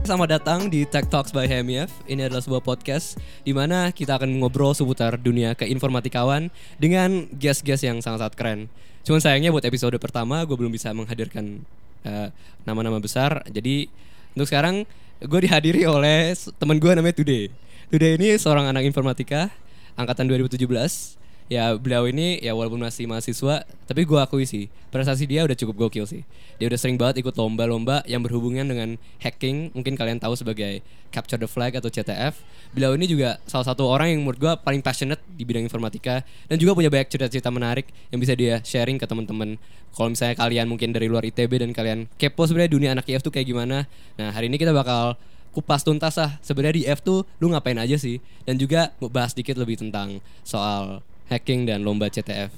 selamat datang di Tech Talks by HMIF. Ini adalah sebuah podcast di mana kita akan ngobrol seputar dunia keinformatikawan dengan guest-guest yang sangat-sangat keren. Cuman sayangnya buat episode pertama gue belum bisa menghadirkan nama-nama besar. Jadi untuk sekarang gue dihadiri oleh teman gue namanya Today. Today ini seorang anak informatika angkatan 2017. Ya beliau ini ya walaupun masih mahasiswa, tapi gue akui sih prestasi dia udah cukup gokil sih. Dia udah sering banget ikut lomba-lomba yang berhubungan dengan hacking. Mungkin kalian tahu sebagai Capture the Flag atau CTF. Beliau ini juga salah satu orang yang menurut gue paling passionate di bidang informatika. Dan juga punya banyak cerita-cerita menarik yang bisa dia sharing ke teman-teman. Kalau misalnya kalian mungkin dari luar ITB dan kalian kepo sebenarnya dunia anak IF tuh kayak gimana. Nah hari ini kita bakal kupas tuntas lah sebenarnya di IF tuh lu ngapain aja sih. Dan juga bahas dikit lebih tentang soal hacking dan lomba CTF.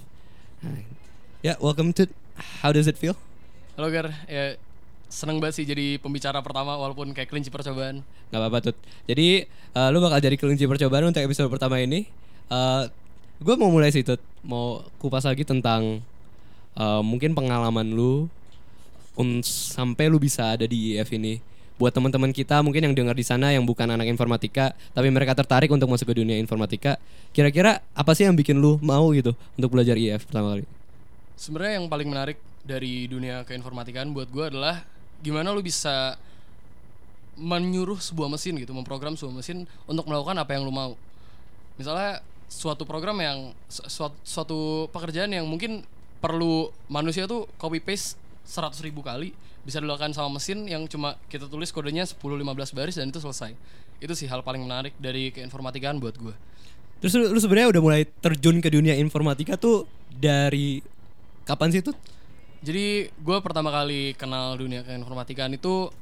Ya, welcome to. How does it feel? Halo Gar, ya seneng banget sih jadi pembicara pertama walaupun kayak kelinci percobaan. Gak apa-apa Tut. Jadi lu bakal jadi kelinci percobaan untuk episode pertama ini. Gue mau mulai sih Tut. Mau kupas lagi tentang mungkin pengalaman lu sampai lu bisa ada di IF ini. Buat teman-teman kita mungkin yang dengar di sana yang bukan anak informatika tapi mereka tertarik untuk masuk ke dunia informatika, kira-kira apa sih yang bikin lu mau gitu untuk belajar IF pertama kali? Sebenarnya yang paling menarik dari dunia keinformatikaan buat gue adalah gimana lu bisa menyuruh sebuah mesin gitu, memprogram sebuah mesin untuk melakukan apa yang lu mau. Misalnya suatu program yang suatu pekerjaan yang mungkin perlu manusia tuh copy paste 100.000 kali bisa dilakukan sama mesin yang cuma kita tulis kodenya 10-15 baris dan itu selesai. Itu sih hal paling menarik dari keinformatikaan buat gue. Terus lu sebenarnya udah mulai terjun ke dunia informatika tuh dari kapan sih Tut? Jadi gue pertama kali kenal dunia keinformatikaan itu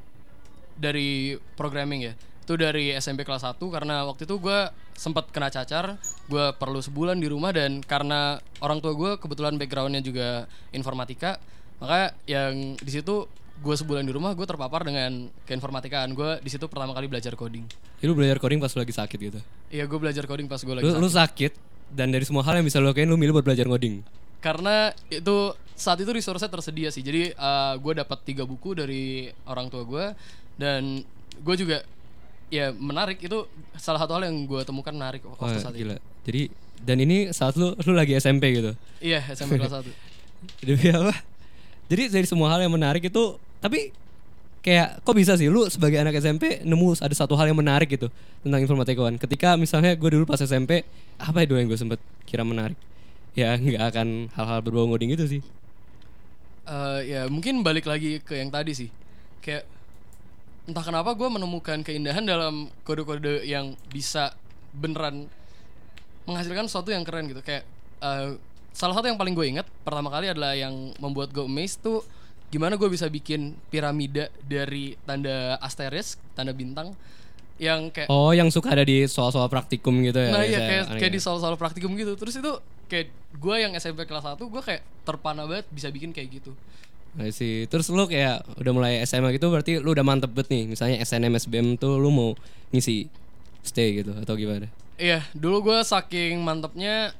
dari programming ya. Itu dari SMP kelas 1 karena waktu itu gue sempat kena cacar. Gue perlu sebulan di rumah dan karena orang tua gue kebetulan backgroundnya juga informatika, maka yang di situ gue sebulan di rumah gue terpapar dengan keinformatikaan. Gue di situ pertama kali belajar coding. Ya, lu belajar coding pas lu lagi sakit gitu? Iya, gue belajar coding pas gue lagi sakit. Lu sakit dan dari semua hal yang bisa lu lakuin lu milih buat belajar coding? Karena itu saat itu resource-nya tersedia sih. Jadi gue dapat 3 buku dari orang tua gue dan gue juga ya menarik, itu salah satu hal yang gue temukan menarik waktu saat gila. itu. Jadi dan ini saat lu lagi SMP gitu? Iya, SMP kelas 1. Demi apa? Jadi dari semua hal yang menarik itu, tapi kayak kok bisa sih lu sebagai anak SMP nemu ada satu hal yang menarik gitu tentang informatikawan. Ketika misalnya gue dulu pas SMP, apa itu yang gue sempet kira menarik? Ya nggak akan hal-hal berbau ngoding itu sih. Ya mungkin balik lagi ke yang tadi sih. Kayak entah kenapa gue menemukan keindahan dalam kode-kode yang bisa beneran menghasilkan sesuatu yang keren gitu. Kayak salah satu yang paling gue ingat pertama kali adalah yang membuat gue amazed tuh gimana gue bisa bikin piramida dari tanda asterisk, tanda bintang yang kayak yang suka ada di soal-soal praktikum gitu ya. Nah iya kayak di soal-soal praktikum gitu. Terus itu kayak gue yang SMP kelas 1 gue kayak terpana banget bisa bikin kayak gitu. Nah sih, terus lu kayak udah mulai SMA gitu berarti lu udah mantep banget nih. Misalnya SNM SBM tuh lu mau ngisi stay gitu atau gimana? Iya, dulu gue saking mantepnya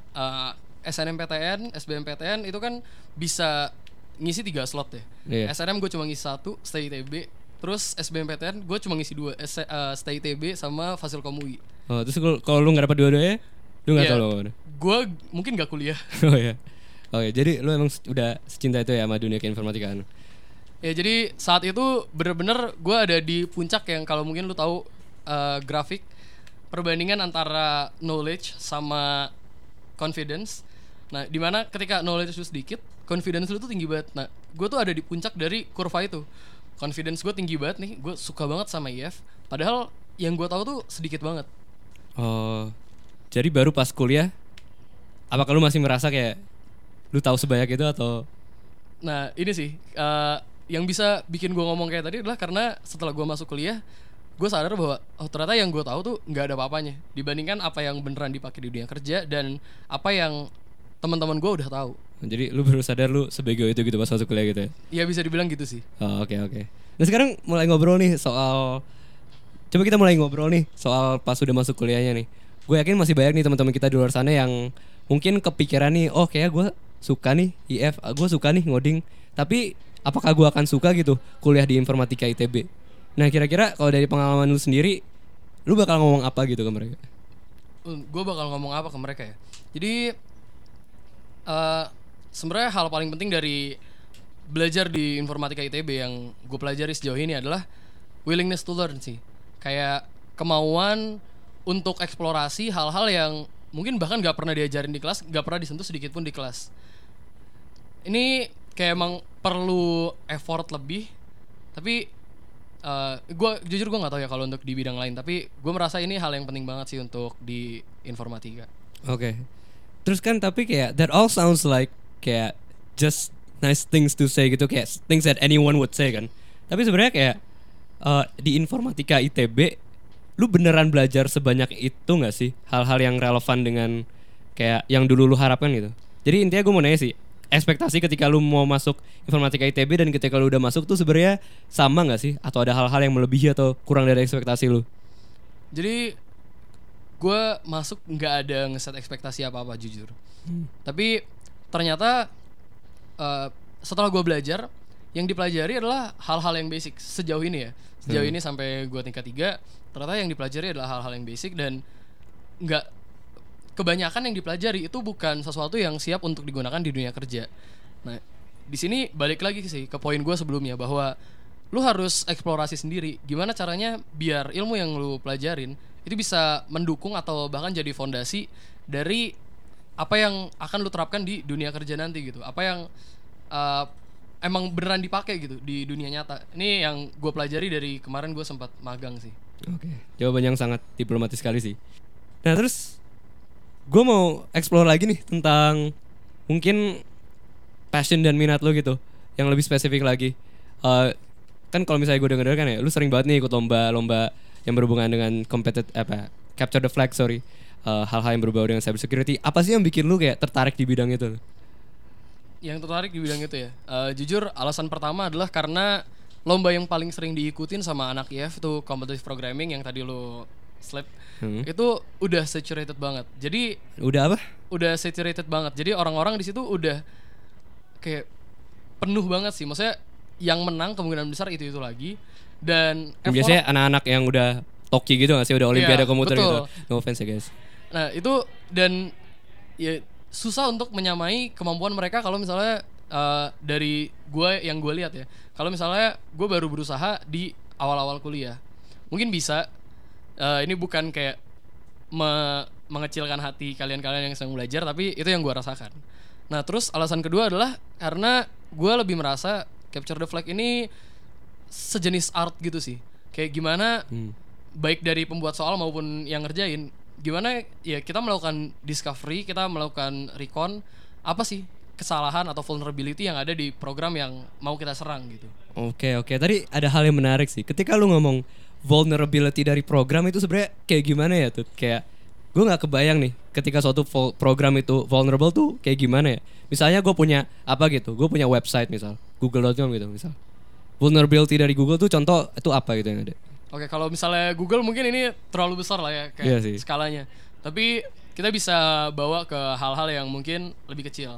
SNMPTN, SBMPTN itu kan bisa ngisi 3 slot ya. Iya. SNM gue cuma ngisi 1, stay ITB. Terus SBMPTN gue cuma ngisi 2, stay ITB sama Fasilkom UI. Oh, terus kalau lu gak dapat dua-duanya, lu gak tahu lo mana? Gue mungkin gak kuliah. Oh ya. Oke, jadi lu emang udah secinta itu ya sama dunia keinformatikaan? Ya jadi saat itu bener-bener gue ada di puncak yang kalau mungkin lu tahu grafik perbandingan antara knowledge sama confidence. Nah, dimana ketika knowledge lu sedikit, confidence lu tuh tinggi banget. Nah, gue tuh ada di puncak dari kurva itu. Confidence gue tinggi banget nih, gue suka banget sama IF. Padahal yang gue tahu tuh sedikit banget. Oh, jadi baru pas kuliah, apakah lu masih merasa kayak lu tahu sebanyak itu atau? Nah, ini sih yang bisa bikin gue ngomong kayak tadi adalah karena setelah gue masuk kuliah, gue sadar bahwa ternyata yang gue tahu tuh nggak ada apa-apanya dibandingkan apa yang beneran dipakai di dunia kerja dan apa yang teman-teman gue udah tahu. Jadi lu baru sadar lu sebego itu gitu pas masuk kuliah gitu ya? Ya bisa dibilang gitu sih. Oh, oke. Nah sekarang mulai ngobrol nih soal, coba kita mulai ngobrol nih soal pas udah masuk kuliahnya nih. Gue yakin masih banyak nih teman-teman kita di luar sana yang mungkin kepikiran nih, oh kayak gue suka nih IF, gue suka nih ngoding. Tapi apakah gue akan suka gitu kuliah di informatika ITB? Nah kira-kira kalau dari pengalaman lu sendiri, lu bakal ngomong apa gitu ke mereka? Gue bakal ngomong apa ke mereka ya. Jadi sebenarnya hal paling penting dari belajar di informatika ITB yang gue pelajari sejauh ini adalah willingness to learn sih. Kayak kemauan untuk eksplorasi hal-hal yang mungkin bahkan gak pernah diajarin di kelas, gak pernah disentuh sedikit pun di kelas. Ini kayak emang perlu effort lebih. Tapi gue jujur gue nggak tahu ya kalau untuk di bidang lain. Tapi gue merasa ini hal yang penting banget sih untuk di informatika. Oke. Terus kan tapi kayak that all sounds like kayak just nice things to say gitu, kayak things that anyone would say kan. Tapi sebenarnya kayak di informatika ITB lu beneran belajar sebanyak itu nggak sih hal-hal yang relevan dengan kayak yang dulu lu harapkan gitu. Jadi intinya gue mau nanya sih, ekspektasi ketika lu mau masuk informatika ITB dan ketika lu udah masuk tuh sebenarnya sama nggak sih, atau ada hal-hal yang melebihi atau kurang dari ekspektasi lu? Jadi gue masuk nggak ada ngeset ekspektasi apa-apa jujur. Tapi ternyata setelah gue belajar, yang dipelajari adalah hal-hal yang basic sejauh ini ya. Sejauh ini sampai gue tingkat 3, ternyata yang dipelajari adalah hal-hal yang basic dan nggak, kebanyakan yang dipelajari itu bukan sesuatu yang siap untuk digunakan di dunia kerja. Nah, di sini balik lagi sih ke poin gue sebelumnya bahwa lu harus eksplorasi sendiri. Gimana caranya biar ilmu yang lu pelajarin itu bisa mendukung atau bahkan jadi fondasi dari apa yang akan lu terapkan di dunia kerja nanti gitu. Apa yang emang beneran dipakai gitu di dunia nyata. Ini yang gue pelajari dari kemarin gue sempat magang sih. Oke, jawaban yang sangat diplomatis sekali sih. Nah terus gue mau explore lagi nih tentang mungkin passion dan minat lo gitu, yang lebih spesifik lagi. Kan kalau misalnya gue denger kan ya, lu sering banget nih ikut lomba yang berhubungan dengan capture the flag, hal-hal yang berbau dengan cyber security. Apa sih yang bikin lu kayak tertarik di bidang itu? Yang tertarik di bidang itu ya, jujur alasan pertama adalah karena lomba yang paling sering diikutin sama anak IF itu competitive programming yang tadi lo slip. Itu udah saturated banget. Jadi udah apa? Udah saturated banget. Jadi orang-orang di situ udah kayak penuh banget sih. Maksudnya yang menang kemungkinan besar itu lagi. Dan biasanya anak-anak yang udah Toki gitu nggak sih, udah Olimpiade komputer betul. gitu. No offense ya guys. Nah itu dan ya susah untuk menyamai kemampuan mereka kalau misalnya dari yang gue lihat ya. Kalau misalnya gue baru berusaha di awal-awal kuliah, mungkin bisa. Ini bukan kayak mengecilkan hati kalian-kalian yang sedang belajar, tapi itu yang gue rasakan. Nah terus alasan kedua adalah karena gue lebih merasa capture the flag ini sejenis art gitu sih. Kayak gimana baik dari pembuat soal maupun yang ngerjain, gimana ya kita melakukan discovery, kita melakukan recon apa sih kesalahan atau vulnerability yang ada di program yang mau kita serang gitu. Oke. Tadi ada hal yang menarik sih. Ketika lu ngomong vulnerability dari program itu sebenarnya kayak gimana ya tuh? Kayak gue nggak kebayang nih ketika suatu program itu vulnerable tuh kayak gimana ya. Misalnya gue punya apa gitu, gue punya website misal google.com gitu misal. Vulnerability dari Google tuh contoh itu apa gitu yang ada? Oke, kalau misalnya Google mungkin ini terlalu besar lah ya kayak skalanya. Tapi kita bisa bawa ke hal-hal yang mungkin lebih kecil.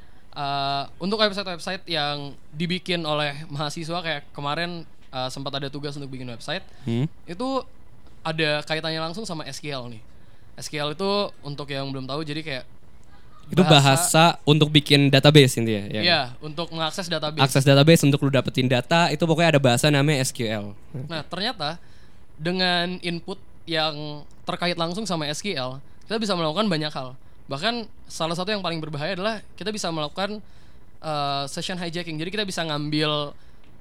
Untuk website-website yang dibikin oleh mahasiswa kayak kemarin sempat ada tugas untuk bikin website, itu ada kaitannya langsung sama SQL nih. SQL itu untuk yang belum tahu jadi kayak itu bahasa untuk bikin database intinya ya. Iya, untuk mengakses database. Akses database untuk lu dapetin data itu pokoknya ada bahasa namanya SQL. Nah, ternyata dengan input yang terkait langsung sama SQL, kita bisa melakukan banyak hal. Bahkan salah satu yang paling berbahaya adalah kita bisa melakukan session hijacking. Jadi kita bisa ngambil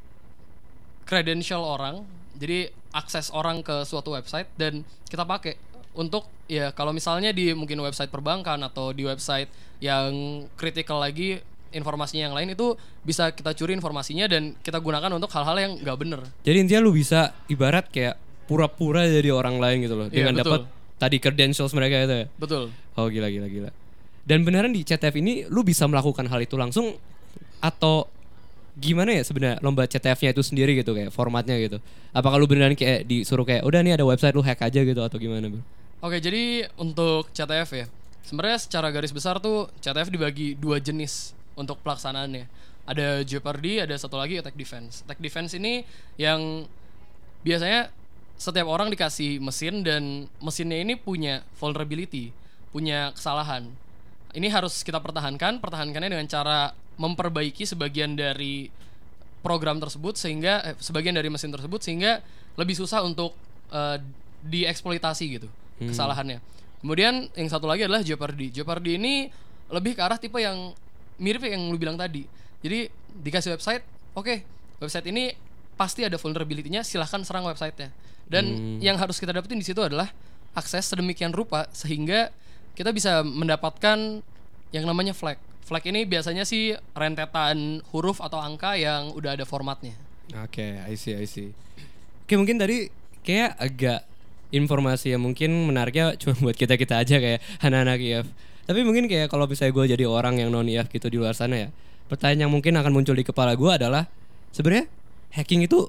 credential orang, jadi akses orang ke suatu website dan kita pakai untuk ya kalau misalnya di mungkin website perbankan atau di website yang critical lagi informasinya yang lain, itu bisa kita curi informasinya dan kita gunakan untuk hal-hal yang nggak bener. Jadi intinya lu bisa ibarat kayak pura-pura jadi orang lain gitu loh dengan dapat tadi credentials mereka itu ya. Betul. Oh gila. Dan beneran di CTF ini lu bisa melakukan hal itu langsung atau gimana ya sebenarnya lomba CTF-nya itu sendiri gitu kayak formatnya gitu? Apakah lu beneran kayak disuruh kayak udah nih ada website lu hack aja gitu atau gimana, Bro? Oke, jadi untuk CTF ya. Sebenarnya secara garis besar tuh CTF dibagi 2 jenis untuk pelaksanaannya. Ada Jeopardy, ada satu lagi Attack Defense. Attack Defense ini yang biasanya setiap orang dikasih mesin dan mesinnya ini punya vulnerability, punya kesalahan. Ini harus kita pertahankannya dengan cara memperbaiki sebagian dari program tersebut sehingga sebagian dari mesin tersebut sehingga lebih susah untuk dieksploitasi gitu kesalahannya. Kemudian yang satu lagi adalah Jeopardy. Jeopardy ini lebih ke arah tipe yang mirip yang lu bilang tadi. Jadi dikasih website, oke, website ini pasti ada vulnerability-nya, silahkan serang website-nya. Dan yang harus kita dapetin di situ adalah akses sedemikian rupa sehingga kita bisa mendapatkan yang namanya flag. Flag ini biasanya sih rentetan huruf atau angka yang udah ada formatnya. Oke, I see. Oke, mungkin tadi kayak agak informasi yang mungkin menariknya cuma buat kita aja kayak anak-anak IF. Tapi mungkin kayak kalau misalnya gue jadi orang yang non IF gitu di luar sana ya, pertanyaan yang mungkin akan muncul di kepala gue adalah sebenarnya hacking itu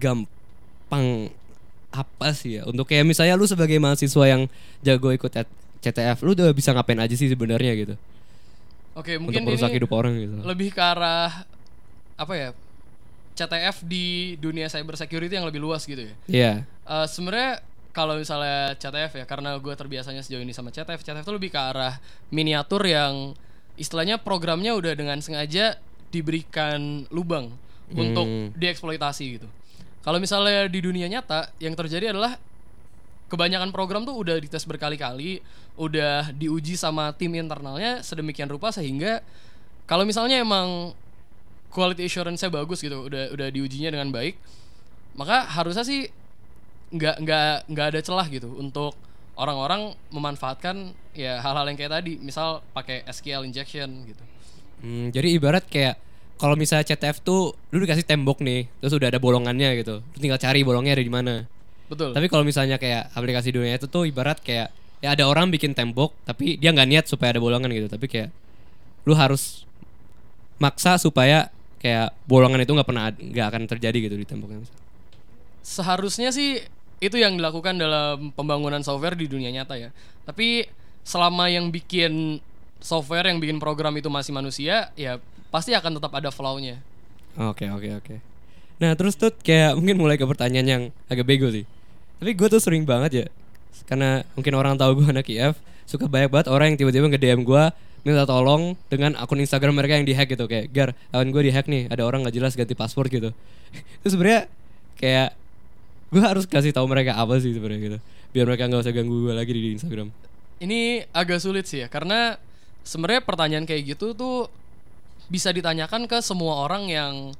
segampang apa sih ya? Untuk kayak misalnya lu sebagai mahasiswa yang jago ikut CTF, lu udah bisa ngapain aja sih sebenarnya gitu? Oke, mungkin untuk merusak ini hidup orang gitu. Lebih ke arah apa ya? CTF di dunia cyber security yang lebih luas gitu ya. Iya. Sebenarnya kalau misalnya CTF ya, karena gue terbiasanya sejauh ini sama CTF itu lebih ke arah miniatur yang istilahnya programnya udah dengan sengaja diberikan lubang untuk dieksploitasi gitu. Kalau misalnya di dunia nyata yang terjadi adalah kebanyakan program tuh udah dites berkali-kali, udah diuji sama tim internalnya sedemikian rupa sehingga kalau misalnya emang quality assurance-nya bagus gitu, udah diujinya dengan baik, maka harusnya sih nggak ada celah gitu untuk orang-orang memanfaatkan ya hal-hal yang kayak tadi, misal pakai SQL injection gitu. Jadi ibarat kayak kalau misalnya CTF tuh lu dikasih tembok nih, terus udah ada bolongannya gitu, lu tinggal cari bolongnya ada di mana. Betul. Tapi kalau misalnya kayak aplikasi dunia itu tuh ibarat kayak ya ada orang bikin tembok tapi dia nggak niat supaya ada bolongan gitu, tapi kayak lu harus maksa supaya kayak bolongan itu nggak akan terjadi gitu di temboknya. Seharusnya sih itu yang dilakukan dalam pembangunan software di dunia nyata ya. Tapi selama yang bikin software, yang bikin program itu masih manusia, ya pasti akan tetap ada flaw-nya. Oke. Nah terus tuh kayak mungkin mulai ke pertanyaan yang agak bego sih. Tapi gue tuh sering banget ya, karena mungkin orang tahu gue anak IF, suka banyak banget orang yang tiba-tiba nge-DM gue minta tolong dengan akun Instagram mereka yang dihack gitu, kayak Gar, akun gue dihack nih, ada orang nggak jelas ganti password gitu. Itu sebenarnya kayak gue harus kasih tahu mereka apa sih sebenarnya gitu, biar mereka nggak usah ganggu gue lagi di Instagram. Ini agak sulit sih ya, karena sebenarnya pertanyaan kayak gitu tuh bisa ditanyakan ke semua orang yang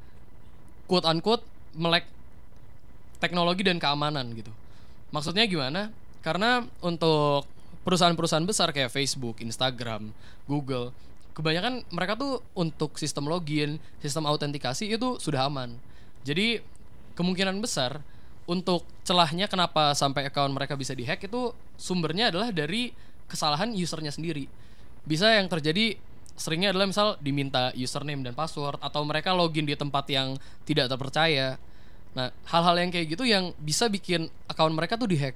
quote unquote melek teknologi dan keamanan gitu. Maksudnya gimana? Karena untuk perusahaan-perusahaan besar kayak Facebook, Instagram, Google, kebanyakan mereka tuh untuk sistem login, sistem autentikasi itu sudah aman. Jadi kemungkinan besar untuk celahnya kenapa sampai account mereka bisa dihack itu sumbernya adalah dari kesalahan usernya sendiri. Bisa yang terjadi seringnya adalah misal diminta username dan password, atau mereka login di tempat yang tidak terpercaya. Nah, hal-hal yang kayak gitu yang bisa bikin account mereka tuh dihack.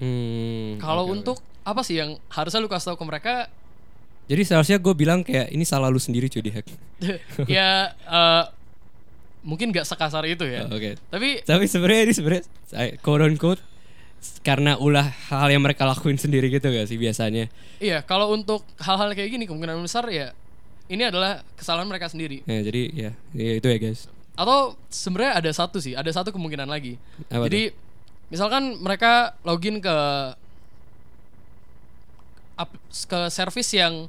Kalau untuk apa sih yang harusnya lu kasih tahu ke mereka? Jadi seharusnya gue bilang kayak ini salah lu sendiri cuy dihack. Ya mungkin gak sekasar itu ya. Oke. Tapi sebenarnya ini quote unquote karena ulah hal yang mereka lakuin sendiri gitu gak sih biasanya? Iya, kalau untuk hal-hal kayak gini kemungkinan besar ya ini adalah kesalahan mereka sendiri. Ya, jadi ya itu ya guys. Atau sebenarnya ada satu kemungkinan lagi. Apa jadi tuh? Misalkan mereka login ke service yang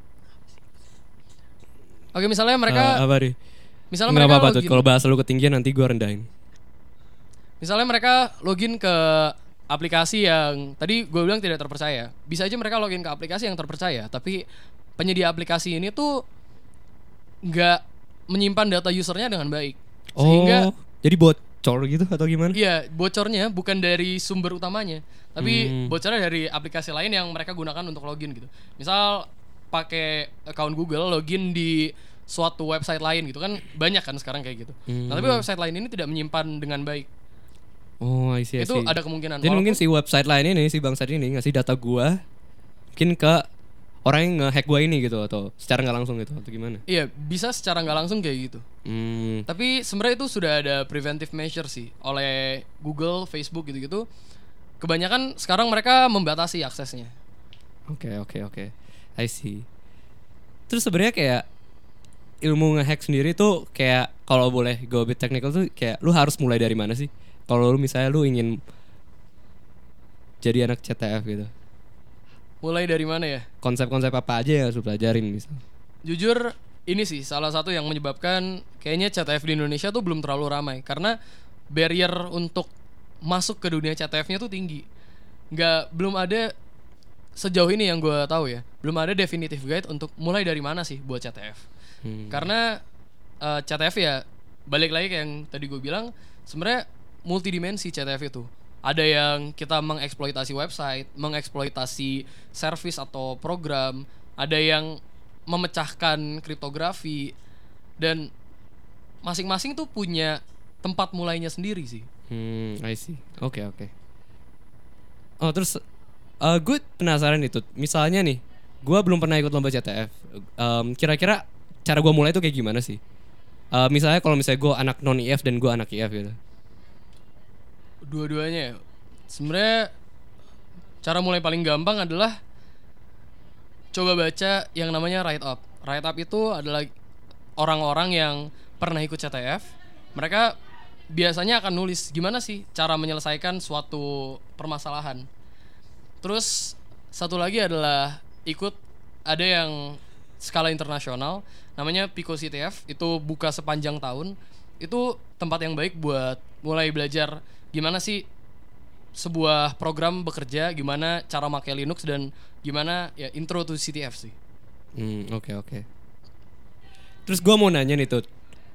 misalnya mereka apa nih? Misalnya nggak mereka apa-apa login, tuh, kalau bahasa lu ketinggian nanti gue rendahin. Misalnya mereka login ke aplikasi yang tadi gue bilang tidak terpercaya. Bisa aja mereka login ke aplikasi yang terpercaya, tapi penyedia aplikasi ini tuh nggak menyimpan data usernya dengan baik. Sehingga jadi bocor gitu atau gimana? Iya, bocornya bukan dari sumber utamanya, tapi bocornya dari aplikasi lain yang mereka gunakan untuk login gitu. Misal pakai account Google login di suatu website lain gitu kan, banyak kan sekarang kayak gitu. Nah, tapi website lain ini tidak menyimpan dengan baik. Oh, I see. Itu ada kemungkinan. Jadi mungkin si website lain ini, si bangsat ini ngasih data gua mungkin ke orang yang nge-hack gue ini gitu atau secara nggak langsung gitu atau gimana? Iya, bisa secara nggak langsung kayak gitu. Tapi sebenarnya itu sudah ada preventive measure sih oleh Google, Facebook gitu-gitu. Kebanyakan sekarang mereka membatasi aksesnya. Oke. I see. Terus sebenarnya kayak ilmu nge-hack sendiri tuh kayak kalau boleh go a bit technical tuh kayak lu harus mulai dari mana sih? Kalau lu misalnya lu ingin jadi anak CTF gitu. Mulai dari mana ya? Konsep-konsep apa aja yang harus lu pelajarin misalnya? Jujur ini sih salah satu yang menyebabkan kayaknya CTF di Indonesia tuh belum terlalu ramai. Karena barrier untuk masuk ke dunia CTF-nya tuh tinggi. Belum ada sejauh ini yang gue tahu ya, belum ada definitive guide untuk mulai dari mana sih buat CTF. Karena CTF ya balik lagi kayak yang tadi gue bilang, sebenarnya multidimensi CTF itu. Ada yang kita mengeksploitasi website, mengeksploitasi service atau program, ada yang memecahkan kriptografi, dan masing-masing tuh punya tempat mulainya sendiri sih. I see. Oke. Oh terus gue penasaran itu. Misalnya nih, gue belum pernah ikut lomba CTF. Kira-kira cara gue mulai itu kayak gimana sih? Misalnya kalau misalnya gue anak non IF dan gue anak IF gitu. Dua-duanya ya. Sebenarnya cara mulai paling gampang adalah coba baca yang namanya write up. Write up itu adalah orang-orang yang pernah ikut CTF. Mereka biasanya akan nulis gimana sih cara menyelesaikan suatu permasalahan. Terus satu lagi adalah ada yang skala internasional namanya Pico CTF, itu buka sepanjang tahun. Itu tempat yang baik buat mulai belajar gimana sih sebuah program bekerja, gimana cara pakai Linux, dan gimana ya intro to CTF sih. Oke. Terus gue mau nanya nih Tut,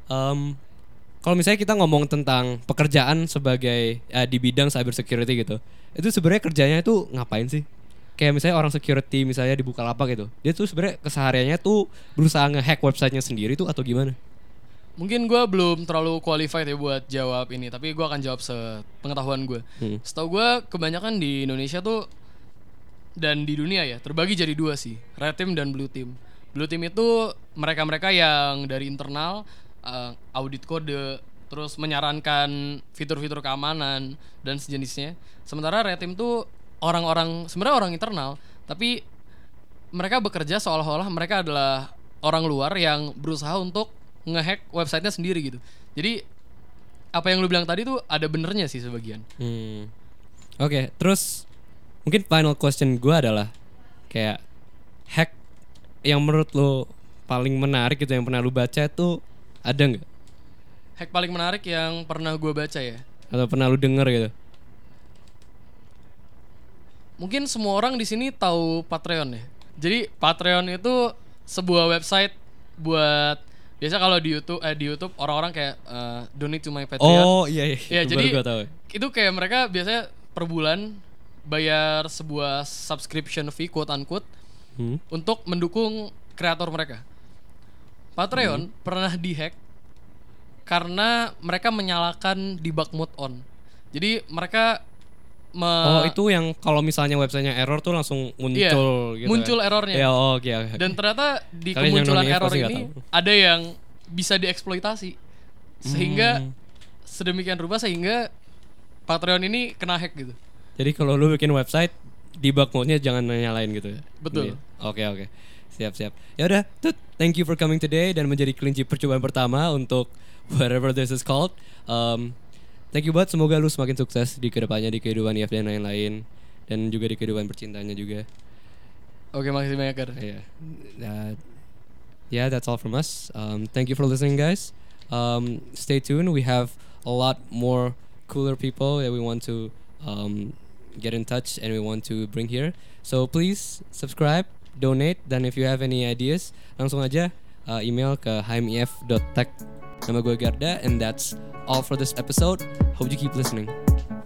kalau misalnya kita ngomong tentang pekerjaan sebagai di bidang cyber security gitu, itu sebenarnya kerjanya itu ngapain sih? Kayak misalnya orang security misalnya di Bukalapak gitu, dia tuh sebenarnya kesehariannya tuh berusaha nge-hack websitenya sendiri tuh atau gimana? Mungkin gue belum terlalu qualified ya buat jawab ini, tapi gue akan jawab sepengetahuan gue. Setahu gue kebanyakan di Indonesia tuh dan di dunia ya terbagi jadi dua sih, red team dan blue team. Blue team itu mereka-mereka yang dari internal audit kode, terus menyarankan fitur-fitur keamanan dan sejenisnya. Sementara red team tuh sebenarnya orang internal, tapi mereka bekerja seolah-olah mereka adalah orang luar yang berusaha untuk nge-hack websitenya sendiri gitu. Jadi apa yang lu bilang tadi tuh ada benernya sih sebagian. Oke, terus mungkin final question gue adalah kayak hack yang menurut lo paling menarik gitu yang pernah lu baca itu ada nggak? Hack paling menarik yang pernah gue baca ya? Atau pernah lu denger gitu? Mungkin semua orang di sini tahu Patreon ya. Jadi Patreon itu sebuah website buat biasa kalau di YouTube orang-orang kayak donate to my Patreon. Oh iya. Ya, jadi gua tahu. Itu kayak mereka biasanya per bulan bayar sebuah subscription fee quote unquote untuk mendukung kreator mereka. Patreon pernah dihack karena mereka menyalakan debug mode on. Jadi mereka itu yang kalau misalnya websitenya error tuh langsung muncul gitu. Muncul errornya. Ya, oke. Dan ternyata di kemunculan error ini ada yang bisa dieksploitasi. Sehingga sedemikian rupa sehingga Patreon ini kena hack gitu. Jadi kalau lu bikin website debug mode-nya jangan nyalain gitu ya. Betul. Oke. Siap. Ya udah, Tut, thank you for coming today dan menjadi kelinci percobaan pertama untuk whatever this is called. Thank you buat, semoga lu semakin sukses di kedepannya di kehidupan IF dan lain-lain, dan juga di kehidupan percintanya juga. Oke, makasih banyak Kar. Yeah, that's all from us. Thank you for listening, guys. Stay tuned. We have a lot more cooler people that we want to get in touch and we want to bring here. So please subscribe, donate, dan if you have any ideas, langsung aja email ke haimif.tech. Nama gue Garda, and that's all for this episode. Hope you keep listening.